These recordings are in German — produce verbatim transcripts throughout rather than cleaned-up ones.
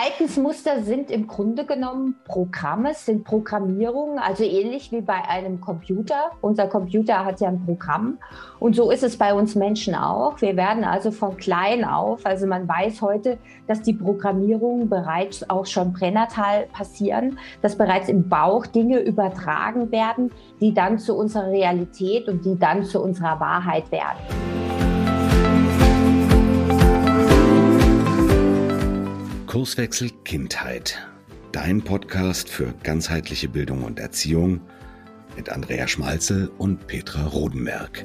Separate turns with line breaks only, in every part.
Verhaltensmuster sind im Grunde genommen Programme, sind Programmierungen, also ähnlich wie bei einem Computer. Unser Computer hat ja ein Programm und so ist es bei uns Menschen auch. Wir werden also von klein auf, also man weiß heute, dass die Programmierungen bereits auch schon pränatal passieren, dass bereits im Bauch Dinge übertragen werden, die dann zu unserer Realität und die dann zu unserer Wahrheit werden.
Kurswechsel Kindheit. Dein Podcast für ganzheitliche Bildung und Erziehung mit Andrea Schmalzel und Petra Rodenberg.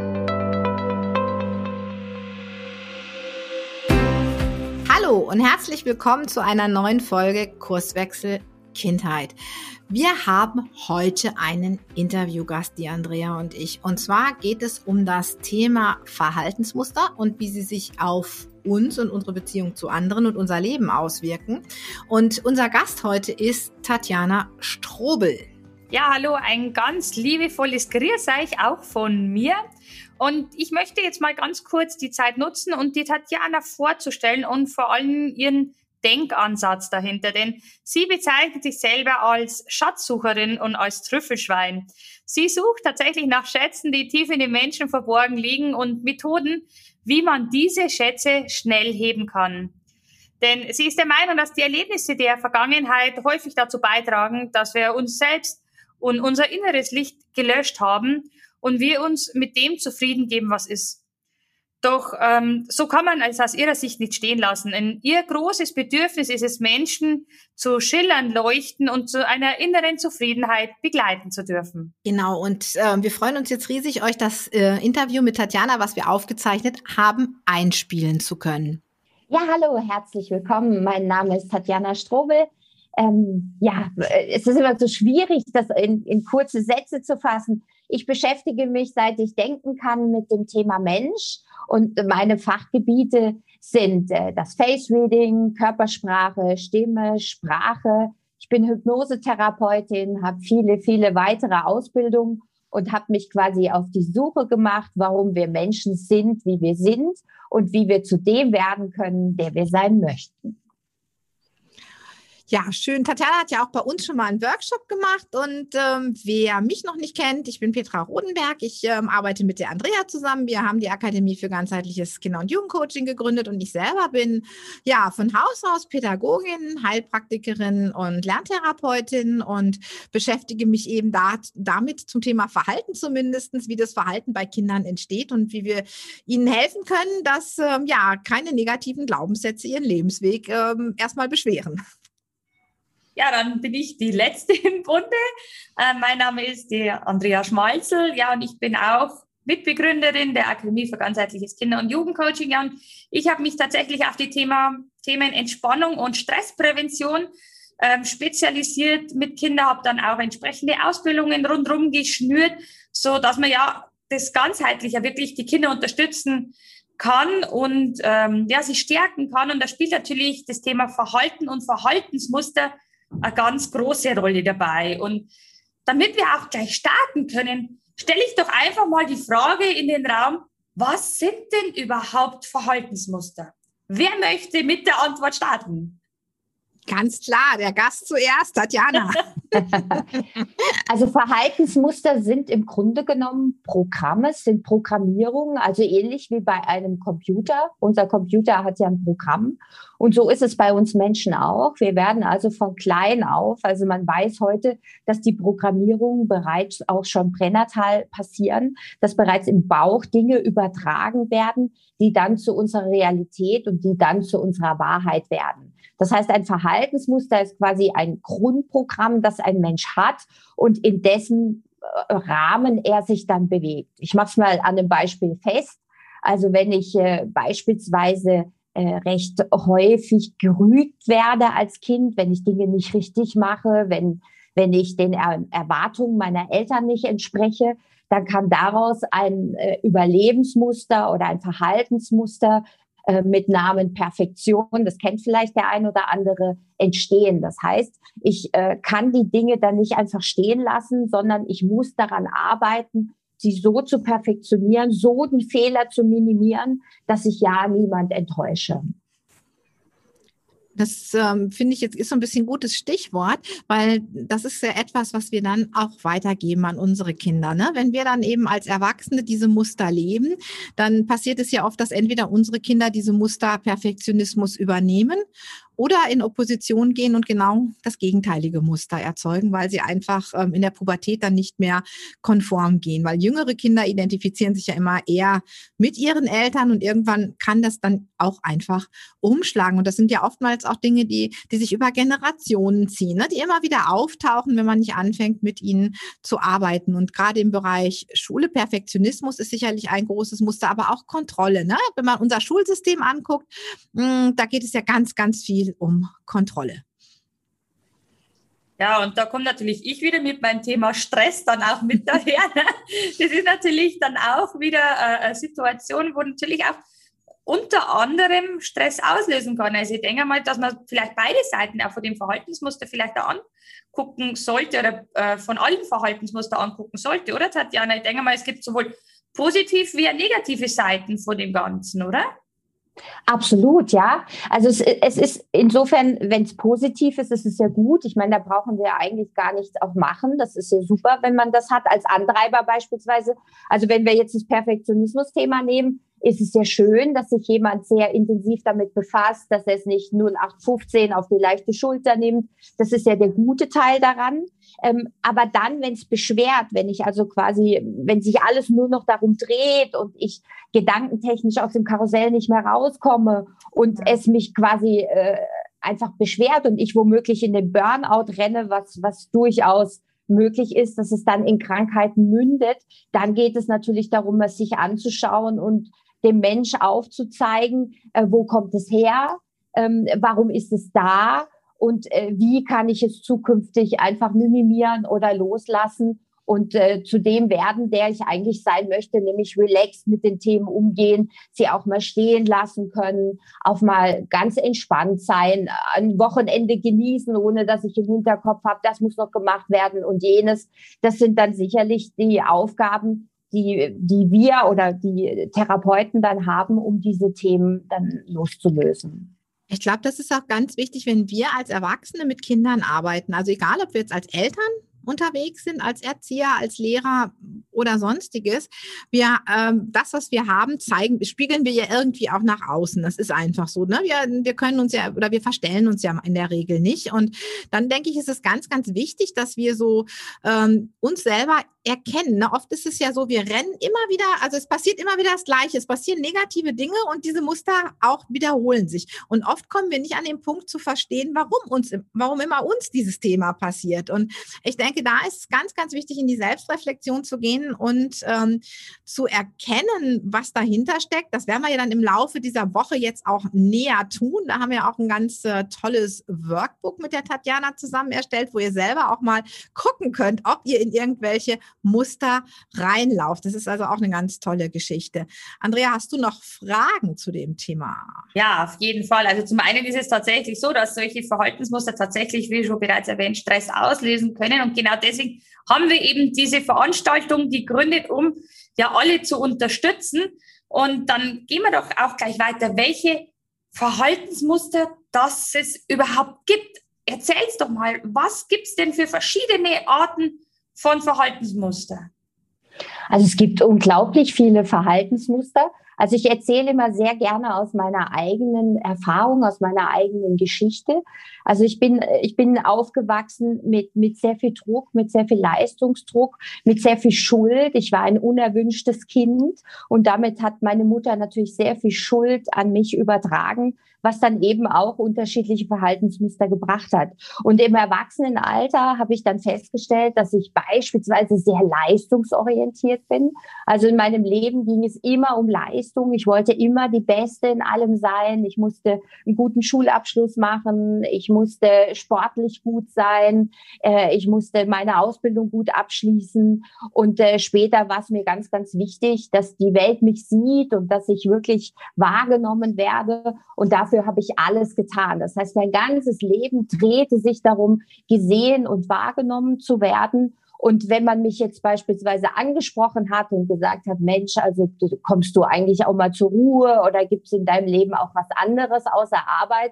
Hallo und herzlich willkommen zu einer neuen Folge Kurswechsel Kindheit. Wir haben heute einen Interviewgast, die Andrea und ich. Und zwar geht es um das Thema Verhaltensmuster und wie sie sich auf uns und unsere Beziehung zu anderen und unser Leben auswirken. Und unser Gast heute ist Tatjana Strobel.
Ja, hallo, ein ganz liebevolles Grüß euch auch von mir. Und ich möchte jetzt mal ganz kurz die Zeit nutzen und die Tatjana vorzustellen und vor allem ihren Denkansatz dahinter, denn sie bezeichnet sich selber als Schatzsucherin und als Trüffelschwein. Sie sucht tatsächlich nach Schätzen, die tief in den Menschen verborgen liegen und Methoden, wie man diese Schätze schnell heben kann. Denn sie ist der Meinung, dass die Erlebnisse der Vergangenheit häufig dazu beitragen, dass wir uns selbst und unser inneres Licht gelöscht haben und wir uns mit dem zufrieden geben, was ist. Doch ähm, so kann man es aus ihrer Sicht nicht stehen lassen. Denn ihr großes Bedürfnis ist es, Menschen zu schillern, leuchten und zu einer inneren Zufriedenheit begleiten zu dürfen.
Genau, und äh, wir freuen uns jetzt riesig, euch das äh, Interview mit Tatjana, was wir aufgezeichnet haben, einspielen zu können.
Ja, hallo, herzlich willkommen. Mein Name ist Tatjana Strobel. Ähm, ja, es ist immer so schwierig, das in, in kurze Sätze zu fassen. Ich beschäftige mich, seit ich denken kann, mit dem Thema Mensch. Und meine Fachgebiete sind äh, das Face Reading, Körpersprache, Stimme, Sprache. Ich bin Hypnosetherapeutin, habe viele, viele weitere Ausbildungen und habe mich quasi auf die Suche gemacht, warum wir Menschen sind, wie wir sind und wie wir zu dem werden können, der wir sein möchten.
Ja, schön. Tatjana hat ja auch bei uns schon mal einen Workshop gemacht und ähm, wer mich noch nicht kennt, ich bin Petra Rodenberg. Ich ähm, arbeite mit der Andrea zusammen. Wir haben die Akademie für ganzheitliches Kinder- und Jugendcoaching gegründet und ich selber bin ja von Haus aus Pädagogin, Heilpraktikerin und Lerntherapeutin und beschäftige mich eben da, damit zum Thema Verhalten zumindest, wie das Verhalten bei Kindern entsteht und wie wir ihnen helfen können, dass ähm, ja keine negativen Glaubenssätze ihren Lebensweg ähm, erstmal beschweren.
Ja, dann bin ich die Letzte im Bunde. Äh, mein Name ist die Andrea Schmalzel. Ja, und ich bin auch Mitbegründerin der Akademie für ganzheitliches Kinder- und Jugendcoaching. Ja, und ich habe mich tatsächlich auf die Thema, Themen Entspannung und Stressprävention ähm, spezialisiert mit Kindern, habe dann auch entsprechende Ausbildungen rundherum geschnürt, so dass man ja das ganzheitlich wirklich die Kinder unterstützen kann und ähm, ja, sie stärken kann. Und da spielt natürlich das Thema Verhalten und Verhaltensmuster eine ganz große Rolle dabei. Und damit wir auch gleich starten können, stelle ich doch einfach mal die Frage in den Raum, was sind denn überhaupt Verhaltensmuster? Wer möchte mit der Antwort starten?
Ganz klar, der Gast zuerst, Tatjana.
Also Verhaltensmuster sind im Grunde genommen Programme, sind Programmierungen, also ähnlich wie bei einem Computer. Unser Computer hat ja ein Programm und so ist es bei uns Menschen auch. Wir werden also von klein auf, also man weiß heute, dass die Programmierungen bereits auch schon pränatal passieren, dass bereits im Bauch Dinge übertragen werden, die dann zu unserer Realität und die dann zu unserer Wahrheit werden. Das heißt, ein Verhaltensmuster ist quasi ein Grundprogramm, das ein Mensch hat und in dessen Rahmen er sich dann bewegt. Ich mache es mal an einem Beispiel fest. Also wenn ich äh, beispielsweise äh, recht häufig gerügt werde als Kind, wenn ich Dinge nicht richtig mache, wenn, wenn ich den er- Erwartungen meiner Eltern nicht entspreche, dann kann daraus ein äh, Überlebensmuster oder ein Verhaltensmuster mit Namen Perfektion, das kennt vielleicht der ein oder andere, entstehen. Das heißt, ich äh, kann die Dinge dann nicht einfach stehen lassen, sondern ich muss daran arbeiten, sie so zu perfektionieren, so die Fehler zu minimieren, dass ich ja niemand enttäusche.
Das ähm, finde ich jetzt ist so ein bisschen ein gutes Stichwort, weil das ist ja etwas, was wir dann auch weitergeben an unsere Kinder. Ne? Wenn wir dann eben als Erwachsene diese Muster leben, dann passiert es ja oft, dass entweder unsere Kinder diese Muster Perfektionismus übernehmen oder in Opposition gehen und genau das gegenteilige Muster erzeugen, weil sie einfach ähm, in der Pubertät dann nicht mehr konform gehen. Weil jüngere Kinder identifizieren sich ja immer eher mit ihren Eltern und irgendwann kann das dann auch einfach umschlagen. Und das sind ja oftmals auch Dinge, die, die sich über Generationen ziehen, ne? Die immer wieder auftauchen, wenn man nicht anfängt, mit ihnen zu arbeiten. Und gerade im Bereich Schule, Perfektionismus ist sicherlich ein großes Muster, aber auch Kontrolle. Ne? Wenn man unser Schulsystem anguckt, mh, da geht es ja ganz, ganz viel um Kontrolle.
Ja, und da kommt natürlich ich wieder mit meinem Thema Stress dann auch mit daher. Das ist natürlich dann auch wieder eine Situation, wo natürlich auch unter anderem Stress auslösen kann. Also ich denke mal, dass man vielleicht beide Seiten auch von dem Verhaltensmuster vielleicht auch angucken sollte oder äh, von allen Verhaltensmuster angucken sollte, oder Tatjana? Ich denke mal, es gibt sowohl positiv wie auch negative Seiten von dem Ganzen, oder?
Absolut, ja. Also es, es ist insofern, wenn es positiv ist, ist es ja gut. Ich meine, da brauchen wir eigentlich gar nichts auch machen. Das ist ja super, wenn man das hat als Antreiber beispielsweise. Also wenn wir jetzt das Perfektionismus-Thema nehmen, ist es ja schön, dass sich jemand sehr intensiv damit befasst, dass er es nicht null acht fünfzehn auf die leichte Schulter nimmt. Das ist ja der gute Teil daran. Ähm, aber dann, wenn es beschwert, wenn ich also quasi, wenn sich alles nur noch darum dreht und ich gedankentechnisch aus dem Karussell nicht mehr rauskomme und ja. es mich quasi äh, einfach beschwert und ich womöglich in den Burnout renne, was, was durchaus möglich ist, dass es dann in Krankheiten mündet, dann geht es natürlich darum, es sich anzuschauen und dem Mensch aufzuzeigen, äh, wo kommt es her, ähm, warum ist es da und äh, wie kann ich es zukünftig einfach minimieren oder loslassen und äh, zu dem werden, der ich eigentlich sein möchte, nämlich relaxed mit den Themen umgehen, sie auch mal stehen lassen können, auch mal ganz entspannt sein, ein Wochenende genießen, ohne dass ich im Hinterkopf habe, das muss noch gemacht werden und jenes. Das sind dann sicherlich die Aufgaben, die, die wir oder die Therapeuten dann haben, um diese Themen dann loszulösen.
Ich glaube, das ist auch ganz wichtig, wenn wir als Erwachsene mit Kindern arbeiten. Also egal, ob wir jetzt als Eltern unterwegs sind, als Erzieher, als Lehrer oder sonstiges. Wir, ähm, das, was wir haben, zeigen, spiegeln wir ja irgendwie auch nach außen. Das ist einfach so, ne? Wir, wir können uns ja, oder wir verstellen uns ja in der Regel nicht. Und dann denke ich, ist es ganz, ganz wichtig, dass wir so ähm, uns selber erkennen. Ne? Oft ist es ja so, wir rennen immer wieder, also es passiert immer wieder das Gleiche. Es passieren negative Dinge und diese Muster auch wiederholen sich. Und oft kommen wir nicht an den Punkt zu verstehen, warum uns, warum immer uns dieses Thema passiert. Und ich denke, da ist es ganz, ganz wichtig, in die Selbstreflexion zu gehen und ähm, zu erkennen, was dahinter steckt. Das werden wir ja dann im Laufe dieser Woche jetzt auch näher tun. Da haben wir auch ein ganz äh, tolles Workbook mit der Tatjana zusammen erstellt, wo ihr selber auch mal gucken könnt, ob ihr in irgendwelche Muster reinlauft. Das ist also auch eine ganz tolle Geschichte. Andrea, hast du noch Fragen zu dem Thema?
Ja, auf jeden Fall. Also zum einen ist es tatsächlich so, dass solche Verhaltensmuster tatsächlich, wie schon bereits erwähnt, Stress auslösen können. Und genau deswegen haben wir eben diese Veranstaltung gegründet, um ja alle zu unterstützen. Und dann gehen wir doch auch gleich weiter, welche Verhaltensmuster das es überhaupt gibt. Erzähl's doch mal, was gibt's denn für verschiedene Arten von Verhaltensmuster?
Also es gibt unglaublich viele Verhaltensmuster. Also ich erzähle immer sehr gerne aus meiner eigenen Erfahrung, aus meiner eigenen Geschichte. Also ich bin, ich bin aufgewachsen mit, mit sehr viel Druck, mit sehr viel Leistungsdruck, mit sehr viel Schuld. Ich war ein unerwünschtes Kind und damit hat meine Mutter natürlich sehr viel Schuld an mich übertragen, was dann eben auch unterschiedliche Verhaltensmuster gebracht hat. Und im Erwachsenenalter habe ich dann festgestellt, dass ich beispielsweise sehr leistungsorientiert bin. Also in meinem Leben ging es immer um Leistung. Ich wollte immer die Beste in allem sein. Ich musste einen guten Schulabschluss machen. Ich musste sportlich gut sein. Ich musste meine Ausbildung gut abschließen. Und später war es mir ganz, ganz wichtig, dass die Welt mich sieht und dass ich wirklich wahrgenommen werde. Und dafür habe ich alles getan. Das heißt, mein ganzes Leben drehte sich darum, gesehen und wahrgenommen zu werden. Und wenn man mich jetzt beispielsweise angesprochen hat und gesagt hat, Mensch, also kommst du eigentlich auch mal zur Ruhe oder gibt es in deinem Leben auch was anderes außer Arbeit,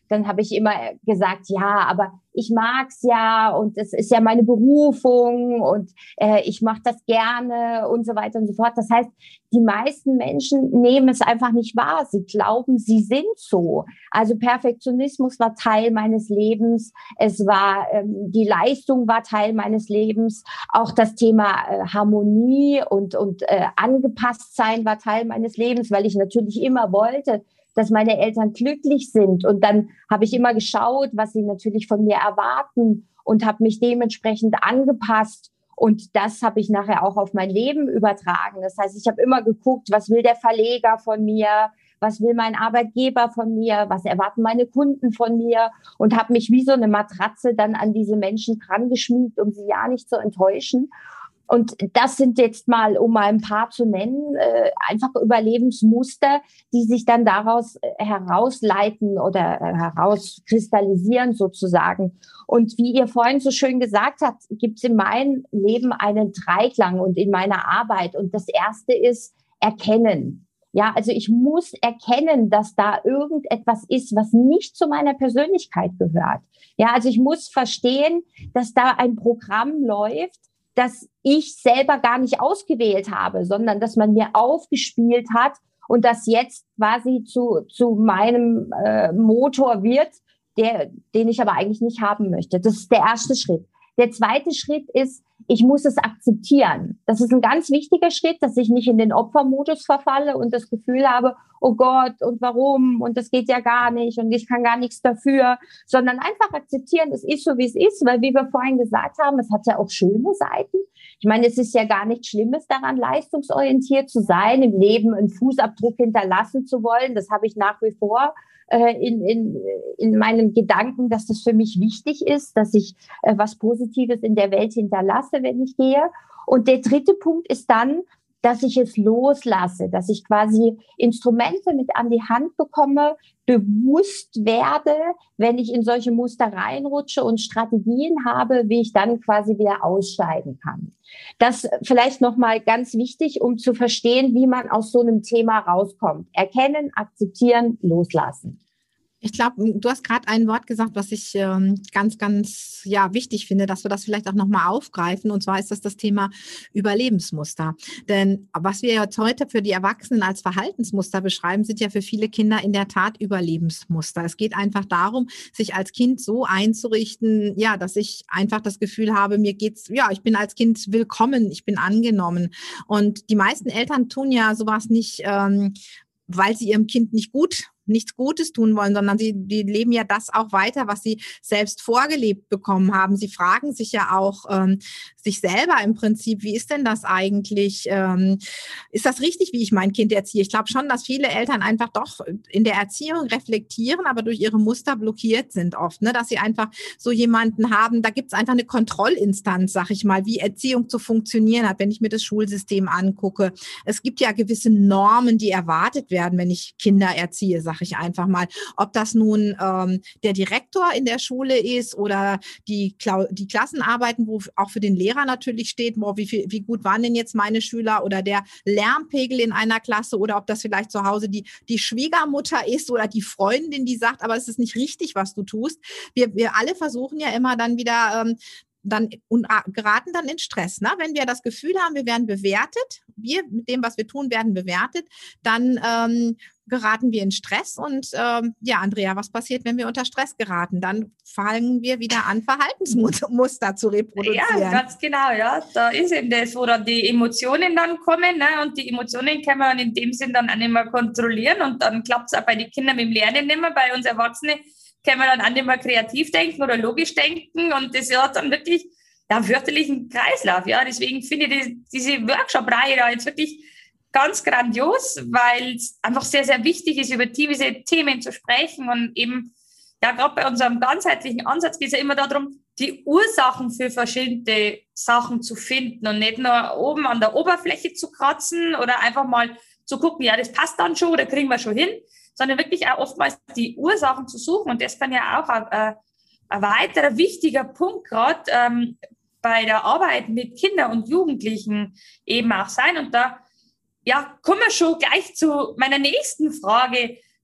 dann habe ich immer gesagt, ja, aber ich mag's ja und es ist ja meine Berufung und äh, ich mache das gerne und so weiter und so fort. Das heißt, die meisten Menschen nehmen es einfach nicht wahr. Sie glauben, sie sind so. Also Perfektionismus war Teil meines Lebens. Es war, ähm, die Leistung war Teil meines Lebens. Auch das Thema äh, Harmonie und, und äh, angepasst sein war Teil meines Lebens, weil ich natürlich immer wollte, dass meine Eltern glücklich sind. Und dann habe ich immer geschaut, was sie natürlich von mir erwarten und habe mich dementsprechend angepasst. Und das habe ich nachher auch auf mein Leben übertragen. Das heißt, ich habe immer geguckt, was will der Verleger von mir, was will mein Arbeitgeber von mir, was erwarten meine Kunden von mir und habe mich wie so eine Matratze dann an diese Menschen dran geschmiegt, um sie ja nicht zu enttäuschen. Und das sind jetzt mal, um mal ein paar zu nennen, äh, einfach Überlebensmuster, die sich dann daraus äh, herausleiten oder äh, herauskristallisieren sozusagen. Und wie ihr vorhin so schön gesagt habt, gibt es in meinem Leben einen Dreiklang und in meiner Arbeit. Und das erste ist Erkennen. Ja, also ich muss erkennen, dass da irgendetwas ist, was nicht zu meiner Persönlichkeit gehört. Ja, also ich muss verstehen, dass da ein Programm läuft, das ich selber gar nicht ausgewählt habe, sondern dass man mir aufgespielt hat und das jetzt quasi zu, zu meinem äh, Motor wird, der, den ich aber eigentlich nicht haben möchte. Das ist der erste Schritt. Der zweite Schritt ist, ich muss es akzeptieren. Das ist ein ganz wichtiger Schritt, dass ich nicht in den Opfermodus verfalle und das Gefühl habe, oh Gott, und warum? Und das geht ja gar nicht und ich kann gar nichts dafür, sondern einfach akzeptieren, es ist so, wie es ist, weil wie wir vorhin gesagt haben, es hat ja auch schöne Seiten. Ich meine, es ist ja gar nichts Schlimmes daran, leistungsorientiert zu sein, im Leben einen Fußabdruck hinterlassen zu wollen. Das habe ich nach wie vor in, in, in meinen Gedanken, dass das für mich wichtig ist, dass ich äh, was Positives in der Welt hinterlasse, wenn ich gehe. Und der dritte Punkt ist dann, dass ich es loslasse, dass ich quasi Instrumente mit an die Hand bekomme, bewusst werde, wenn ich in solche Muster reinrutsche und Strategien habe, wie ich dann quasi wieder aussteigen kann. Das vielleicht nochmal ganz wichtig, um zu verstehen, wie man aus so einem Thema rauskommt. Erkennen, akzeptieren, loslassen.
Ich glaube, du hast gerade ein Wort gesagt, was ich ähm, ganz, ganz ja wichtig finde, dass wir das vielleicht auch nochmal aufgreifen. Und zwar ist das das Thema Überlebensmuster. Denn was wir jetzt heute für die Erwachsenen als Verhaltensmuster beschreiben, sind ja für viele Kinder in der Tat Überlebensmuster. Es geht einfach darum, sich als Kind so einzurichten, ja, dass ich einfach das Gefühl habe, mir geht's, ja, ich bin als Kind willkommen, ich bin angenommen. Und die meisten Eltern tun ja sowas nicht, ähm, weil sie ihrem Kind nicht gut nichts Gutes tun wollen, sondern sie die leben ja das auch weiter, was sie selbst vorgelebt bekommen haben. Sie fragen sich ja auch ähm, sich selber im Prinzip, wie ist denn das eigentlich? Ähm, ist das richtig, wie ich mein Kind erziehe? Ich glaube schon, dass viele Eltern einfach doch in der Erziehung reflektieren, aber durch ihre Muster blockiert sind oft, ne? Dass sie einfach so jemanden haben, da gibt es einfach eine Kontrollinstanz, sag ich mal, wie Erziehung zu funktionieren hat, wenn ich mir das Schulsystem angucke. Es gibt ja gewisse Normen, die erwartet werden, wenn ich Kinder erziehe, sag ich einfach mal. Ob das nun ähm, der Direktor in der Schule ist oder die, Kla- die Klassenarbeiten, wo auch für den Lehrer natürlich steht, boah, wie, viel, wie gut waren denn jetzt meine Schüler oder der Lärmpegel in einer Klasse oder ob das vielleicht zu Hause die, die Schwiegermutter ist oder die Freundin, die sagt, aber es ist nicht richtig, was du tust. Wir, wir alle versuchen ja immer dann wieder ähm, dann und geraten dann in Stress. Ne? Wenn wir das Gefühl haben, wir werden bewertet, wir mit dem, was wir tun, werden bewertet, dann ähm, geraten wir in Stress. Und ähm, ja, Andrea, was passiert, wenn wir unter Stress geraten? Dann fangen wir wieder an, Verhaltensmuster zu reproduzieren.
Ja, ganz genau. Ja, da ist eben das, wo dann die Emotionen dann kommen. Ne? Und die Emotionen kann man in dem Sinn dann auch nicht mehr kontrollieren. Und dann klappt es auch bei den Kindern mit dem Lernen nicht mehr. Bei uns Erwachsenen können wir dann auch nicht mehr kreativ denken oder logisch denken. Und das hat dann wirklich ja, fürchterlichen Kreislauf. Ja, deswegen finde ich die, diese Workshop-Reihe da jetzt wirklich ganz grandios, weil es einfach sehr, sehr wichtig ist, über diese Themen zu sprechen. Und eben, ja, gerade bei unserem ganzheitlichen Ansatz geht es ja immer darum, die Ursachen für verschiedene Sachen zu finden und nicht nur oben an der Oberfläche zu kratzen oder einfach mal zu gucken, ja, das passt dann schon oder kriegen wir schon hin, sondern wirklich auch oftmals die Ursachen zu suchen. Und das kann ja auch ein, ein weiterer wichtiger Punkt gerade ähm, bei der Arbeit mit Kindern und Jugendlichen eben auch sein. Und da ja, kommen wir schon gleich zu meiner nächsten Frage.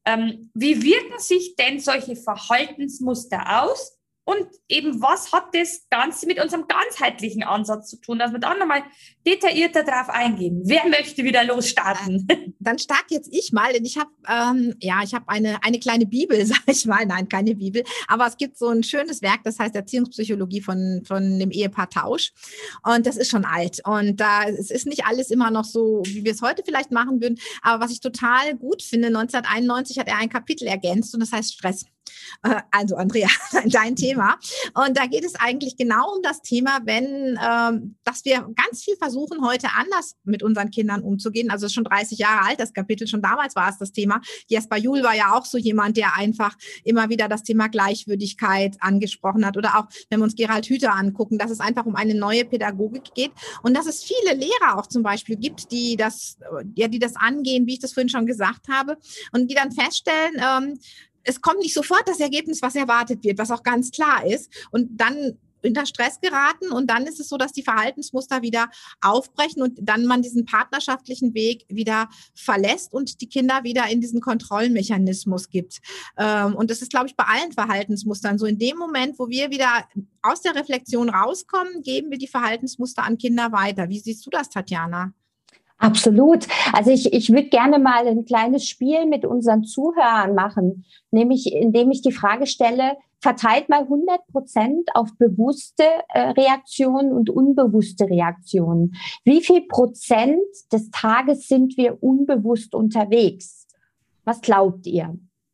Ähm, wie wirken sich denn solche Verhaltensmuster aus? Und eben, was hat das Ganze mit unserem ganzheitlichen Ansatz zu tun, dass wir da nochmal detaillierter drauf eingehen? Wer möchte wieder losstarten?
Dann starte jetzt ich mal, denn ich habe ähm, ja, ich habe eine eine kleine Bibel, sage ich mal, nein, keine Bibel, aber es gibt so ein schönes Werk, das heißt Erziehungspsychologie von von dem Ehepaar Tausch, und das ist schon alt, und da es ist nicht alles immer noch so, wie wir es heute vielleicht machen würden, aber was ich total gut finde, neunzehnhunderteinundneunzig hat er ein Kapitel ergänzt, und das heißt Stress. Also Andrea, dein Thema. Und da geht es eigentlich genau um das Thema, wenn, ähm, dass wir ganz viel versuchen, heute anders mit unseren Kindern umzugehen. Also es ist schon dreißig Jahre alt, das Kapitel, schon damals war es das Thema. Jesper Juhl war ja auch so jemand, der einfach immer wieder das Thema Gleichwürdigkeit angesprochen hat. Oder auch, wenn wir uns Gerald Hüther angucken, dass es einfach um eine neue Pädagogik geht und dass es viele Lehrer auch zum Beispiel gibt, die das, ja, die das angehen, wie ich das vorhin schon gesagt habe, und die dann feststellen, ähm, es kommt nicht sofort das Ergebnis, was erwartet wird, was auch ganz klar ist, und dann unter Stress geraten, und dann ist es so, dass die Verhaltensmuster wieder aufbrechen und dann man diesen partnerschaftlichen Weg wieder verlässt und die Kinder wieder in diesen Kontrollmechanismus gibt. Und das ist, glaube ich, bei allen Verhaltensmustern so. In dem Moment, wo wir wieder aus der Reflexion rauskommen, geben wir die Verhaltensmuster an Kinder weiter. Wie siehst du das, Tatjana?
Absolut. Also ich, ich würde gerne mal ein kleines Spiel mit unseren Zuhörern machen, nämlich indem ich die Frage stelle, verteilt mal hundert Prozent auf bewusste äh, Reaktionen und unbewusste Reaktionen. Wie viel Prozent des Tages sind wir unbewusst unterwegs? Was glaubt ihr?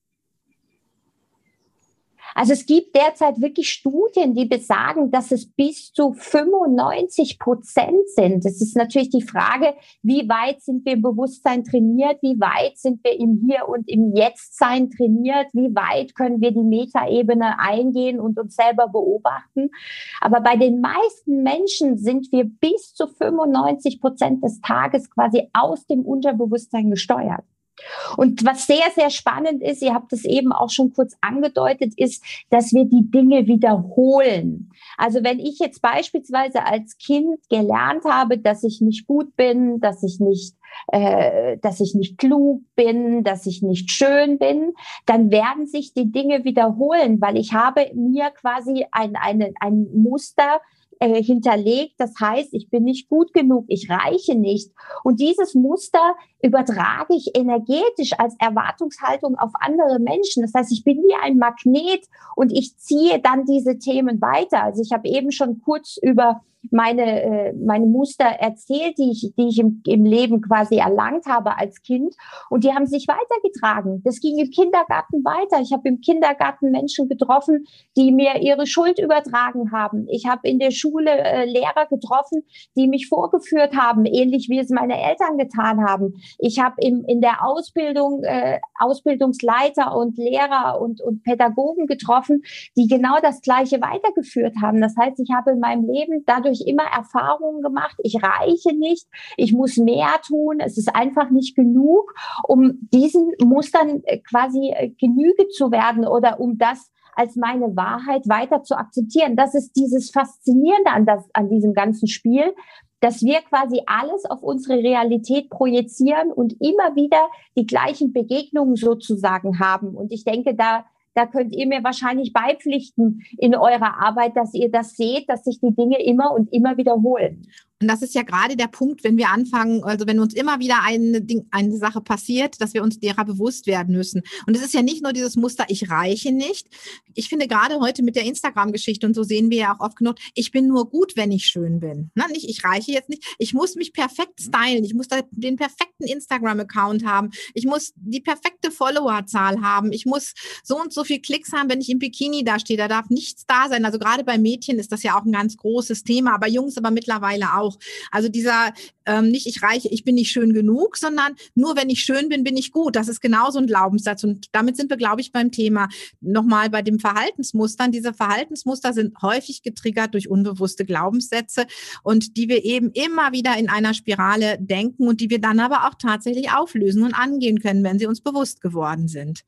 Also es gibt derzeit wirklich Studien, die besagen, dass es bis zu fünfundneunzig Prozent sind. Das ist natürlich die Frage, wie weit sind wir im Bewusstsein trainiert, wie weit sind wir im Hier und im Jetzt-Sein trainiert, wie weit können wir die Metaebene eingehen und uns selber beobachten. Aber bei den meisten Menschen sind wir bis zu fünfundneunzig Prozent des Tages quasi aus dem Unterbewusstsein gesteuert. Und was sehr, sehr spannend ist, ihr habt es eben auch schon kurz angedeutet, ist, dass wir die Dinge wiederholen. Also wenn ich jetzt beispielsweise als Kind gelernt habe, dass ich nicht gut bin, dass ich nicht, äh, dass ich nicht klug bin, dass ich nicht schön bin, dann werden sich die Dinge wiederholen, weil ich habe mir quasi ein, ein, ein Muster äh, hinterlegt. Das heißt, ich bin nicht gut genug, ich reiche nicht. Und dieses Muster übertrage ich energetisch als Erwartungshaltung auf andere Menschen. Das heißt, ich bin wie ein Magnet und ich ziehe dann diese Themen weiter. Also ich habe eben schon kurz über meine äh, meine Muster erzählt, die ich die ich im, im Leben quasi erlangt habe als Kind, und die haben sich weitergetragen. Das ging im Kindergarten weiter. Ich habe im Kindergarten Menschen getroffen, die mir ihre Schuld übertragen haben. Ich habe in der Schule äh, Lehrer getroffen, die mich vorgeführt haben, ähnlich wie es meine Eltern getan haben. Ich habe im in der Ausbildung äh, Ausbildungsleiter und Lehrer und und Pädagogen getroffen, die genau das Gleiche weitergeführt haben. Das heißt, ich habe in meinem Leben dadurch immer Erfahrungen gemacht, ich reiche nicht, ich muss mehr tun, es ist einfach nicht genug, um diesen Mustern quasi Genüge zu werden oder um das als meine Wahrheit weiter zu akzeptieren. Das ist dieses Faszinierende an, das, an diesem ganzen Spiel, dass wir quasi alles auf unsere Realität projizieren und immer wieder die gleichen Begegnungen sozusagen haben. Und ich denke, da Da könnt ihr mir wahrscheinlich beipflichten in eurer Arbeit, dass ihr das seht, dass sich die Dinge immer und immer wiederholen.
Und das ist ja gerade der Punkt, wenn wir anfangen, also wenn uns immer wieder eine, Ding, eine Sache passiert, dass wir uns derer bewusst werden müssen. Und es ist ja nicht nur dieses Muster, ich reiche nicht. Ich finde gerade heute mit der Instagram-Geschichte, und so sehen wir ja auch oft genug, ich bin nur gut, wenn ich schön bin. Na, nicht, ich reiche jetzt nicht. Ich muss mich perfekt stylen. Ich muss da den perfekten Instagram-Account haben. Ich muss die perfekte Followerzahl haben. Ich muss so und so viel Klicks haben, wenn ich im Bikini da stehe. Da darf nichts da sein. Also gerade bei Mädchen ist das ja auch ein ganz großes Thema, bei Jungs aber mittlerweile auch. Also dieser, ähm, nicht ich reiche, ich bin nicht schön genug, sondern nur wenn ich schön bin, bin ich gut. Das ist genauso ein Glaubenssatz. Und damit sind wir, glaube ich, beim Thema nochmal bei den Verhaltensmustern. Diese Verhaltensmuster sind häufig getriggert durch unbewusste Glaubenssätze, und die wir eben immer wieder in einer Spirale denken und die wir dann aber auch tatsächlich auflösen und angehen können, wenn sie uns bewusst geworden sind.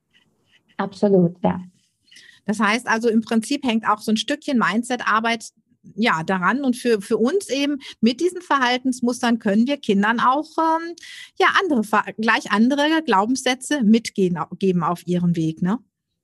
Absolut, ja.
Das heißt also, im Prinzip hängt auch so ein Stückchen Mindset-Arbeit ja, daran und für, für uns eben mit diesen Verhaltensmustern können wir Kindern auch ähm, ja, andere, gleich andere Glaubenssätze mitgeben auf ihrem Weg, ne?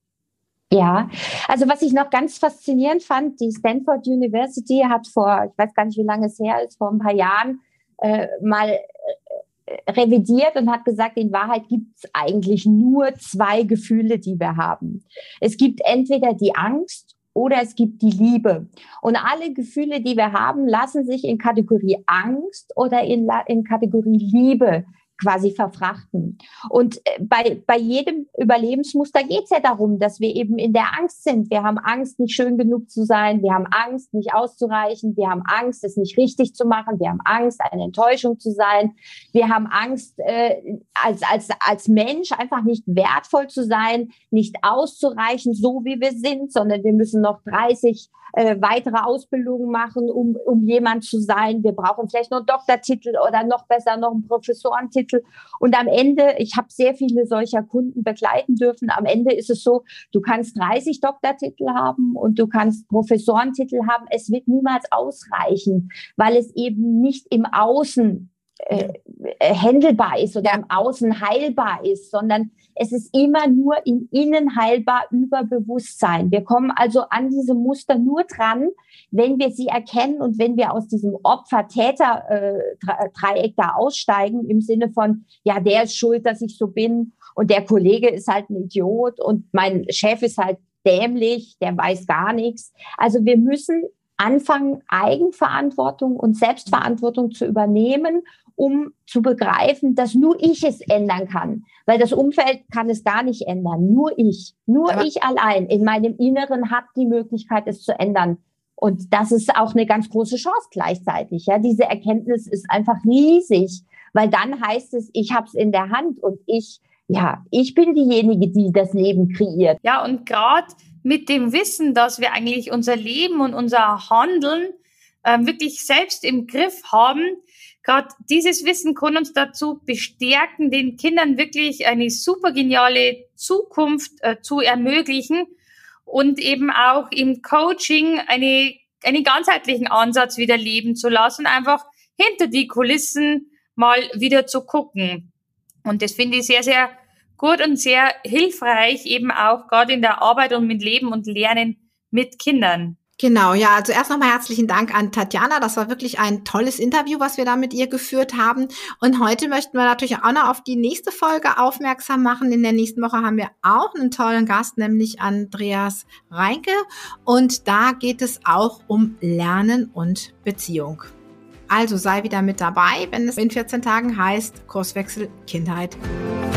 Ja, also was ich noch ganz faszinierend fand, die Stanford University hat vor, ich weiß gar nicht, wie lange es her ist, vor ein paar Jahren äh, mal äh, revidiert und hat gesagt, in Wahrheit gibt es eigentlich nur zwei Gefühle, die wir haben. Es gibt entweder die Angst oder es gibt die Liebe. Und alle Gefühle, die wir haben, lassen sich in Kategorie Angst oder in, in Kategorie Liebe quasi verfrachten. Und bei, bei jedem Überlebensmuster geht es ja darum, dass wir eben in der Angst sind. Wir haben Angst, nicht schön genug zu sein. Wir haben Angst, nicht auszureichen. Wir haben Angst, es nicht richtig zu machen. Wir haben Angst, eine Enttäuschung zu sein. Wir haben Angst, äh, als, als, als Mensch einfach nicht wertvoll zu sein, nicht auszureichen, so wie wir sind, sondern wir müssen noch dreißig äh, weitere Ausbildungen machen, um, um jemand zu sein. Wir brauchen vielleicht noch einen Doktortitel oder noch besser noch einen Professorentitel. Und am Ende, ich habe sehr viele solcher Kunden begleiten dürfen, am Ende ist es so, du kannst dreißig Doktortitel haben und du kannst Professorentitel haben. Es wird niemals ausreichen, weil es eben nicht im Außen äh, händelbar ist oder ja. im Außen heilbar ist, sondern es ist immer nur im Innen heilbar über Bewusstsein. Wir kommen also an diese Muster nur dran, wenn wir sie erkennen und wenn wir aus diesem Opfer-Täter-Dreieck da aussteigen, im Sinne von, ja, der ist schuld, dass ich so bin und der Kollege ist halt ein Idiot und mein Chef ist halt dämlich, der weiß gar nichts. Also wir müssen anfangen, Eigenverantwortung und Selbstverantwortung zu übernehmen, um zu begreifen, dass nur ich es ändern kann. Weil das Umfeld kann es gar nicht ändern. Nur ich, nur Aber ich allein in meinem Inneren habe die Möglichkeit, es zu ändern. Und das ist auch eine ganz große Chance gleichzeitig. Ja, diese Erkenntnis ist einfach riesig, weil dann heißt es, ich habe es in der Hand und ich, ja, ich bin diejenige, die das Leben kreiert.
Ja, und gerade mit dem Wissen, dass wir eigentlich unser Leben und unser Handeln äh, wirklich selbst im Griff haben, gerade dieses Wissen kann uns dazu bestärken, den Kindern wirklich eine super geniale Zukunft äh, zu ermöglichen und eben auch im Coaching eine, einen ganzheitlichen Ansatz wieder leben zu lassen, einfach hinter die Kulissen mal wieder zu gucken. Und das finde ich sehr, sehr gut und sehr hilfreich, eben auch gerade in der Arbeit und mit Leben und Lernen mit Kindern.
Genau, ja, also erst nochmal herzlichen Dank an Tatjana. Das war wirklich ein tolles Interview, was wir da mit ihr geführt haben. Und heute möchten wir natürlich auch noch auf die nächste Folge aufmerksam machen. In der nächsten Woche haben wir auch einen tollen Gast, nämlich Andreas Reinke. Und da geht es auch um Lernen und Beziehung. Also sei wieder mit dabei, wenn es in vierzehn Tagen heißt Kurswechsel Kindheit.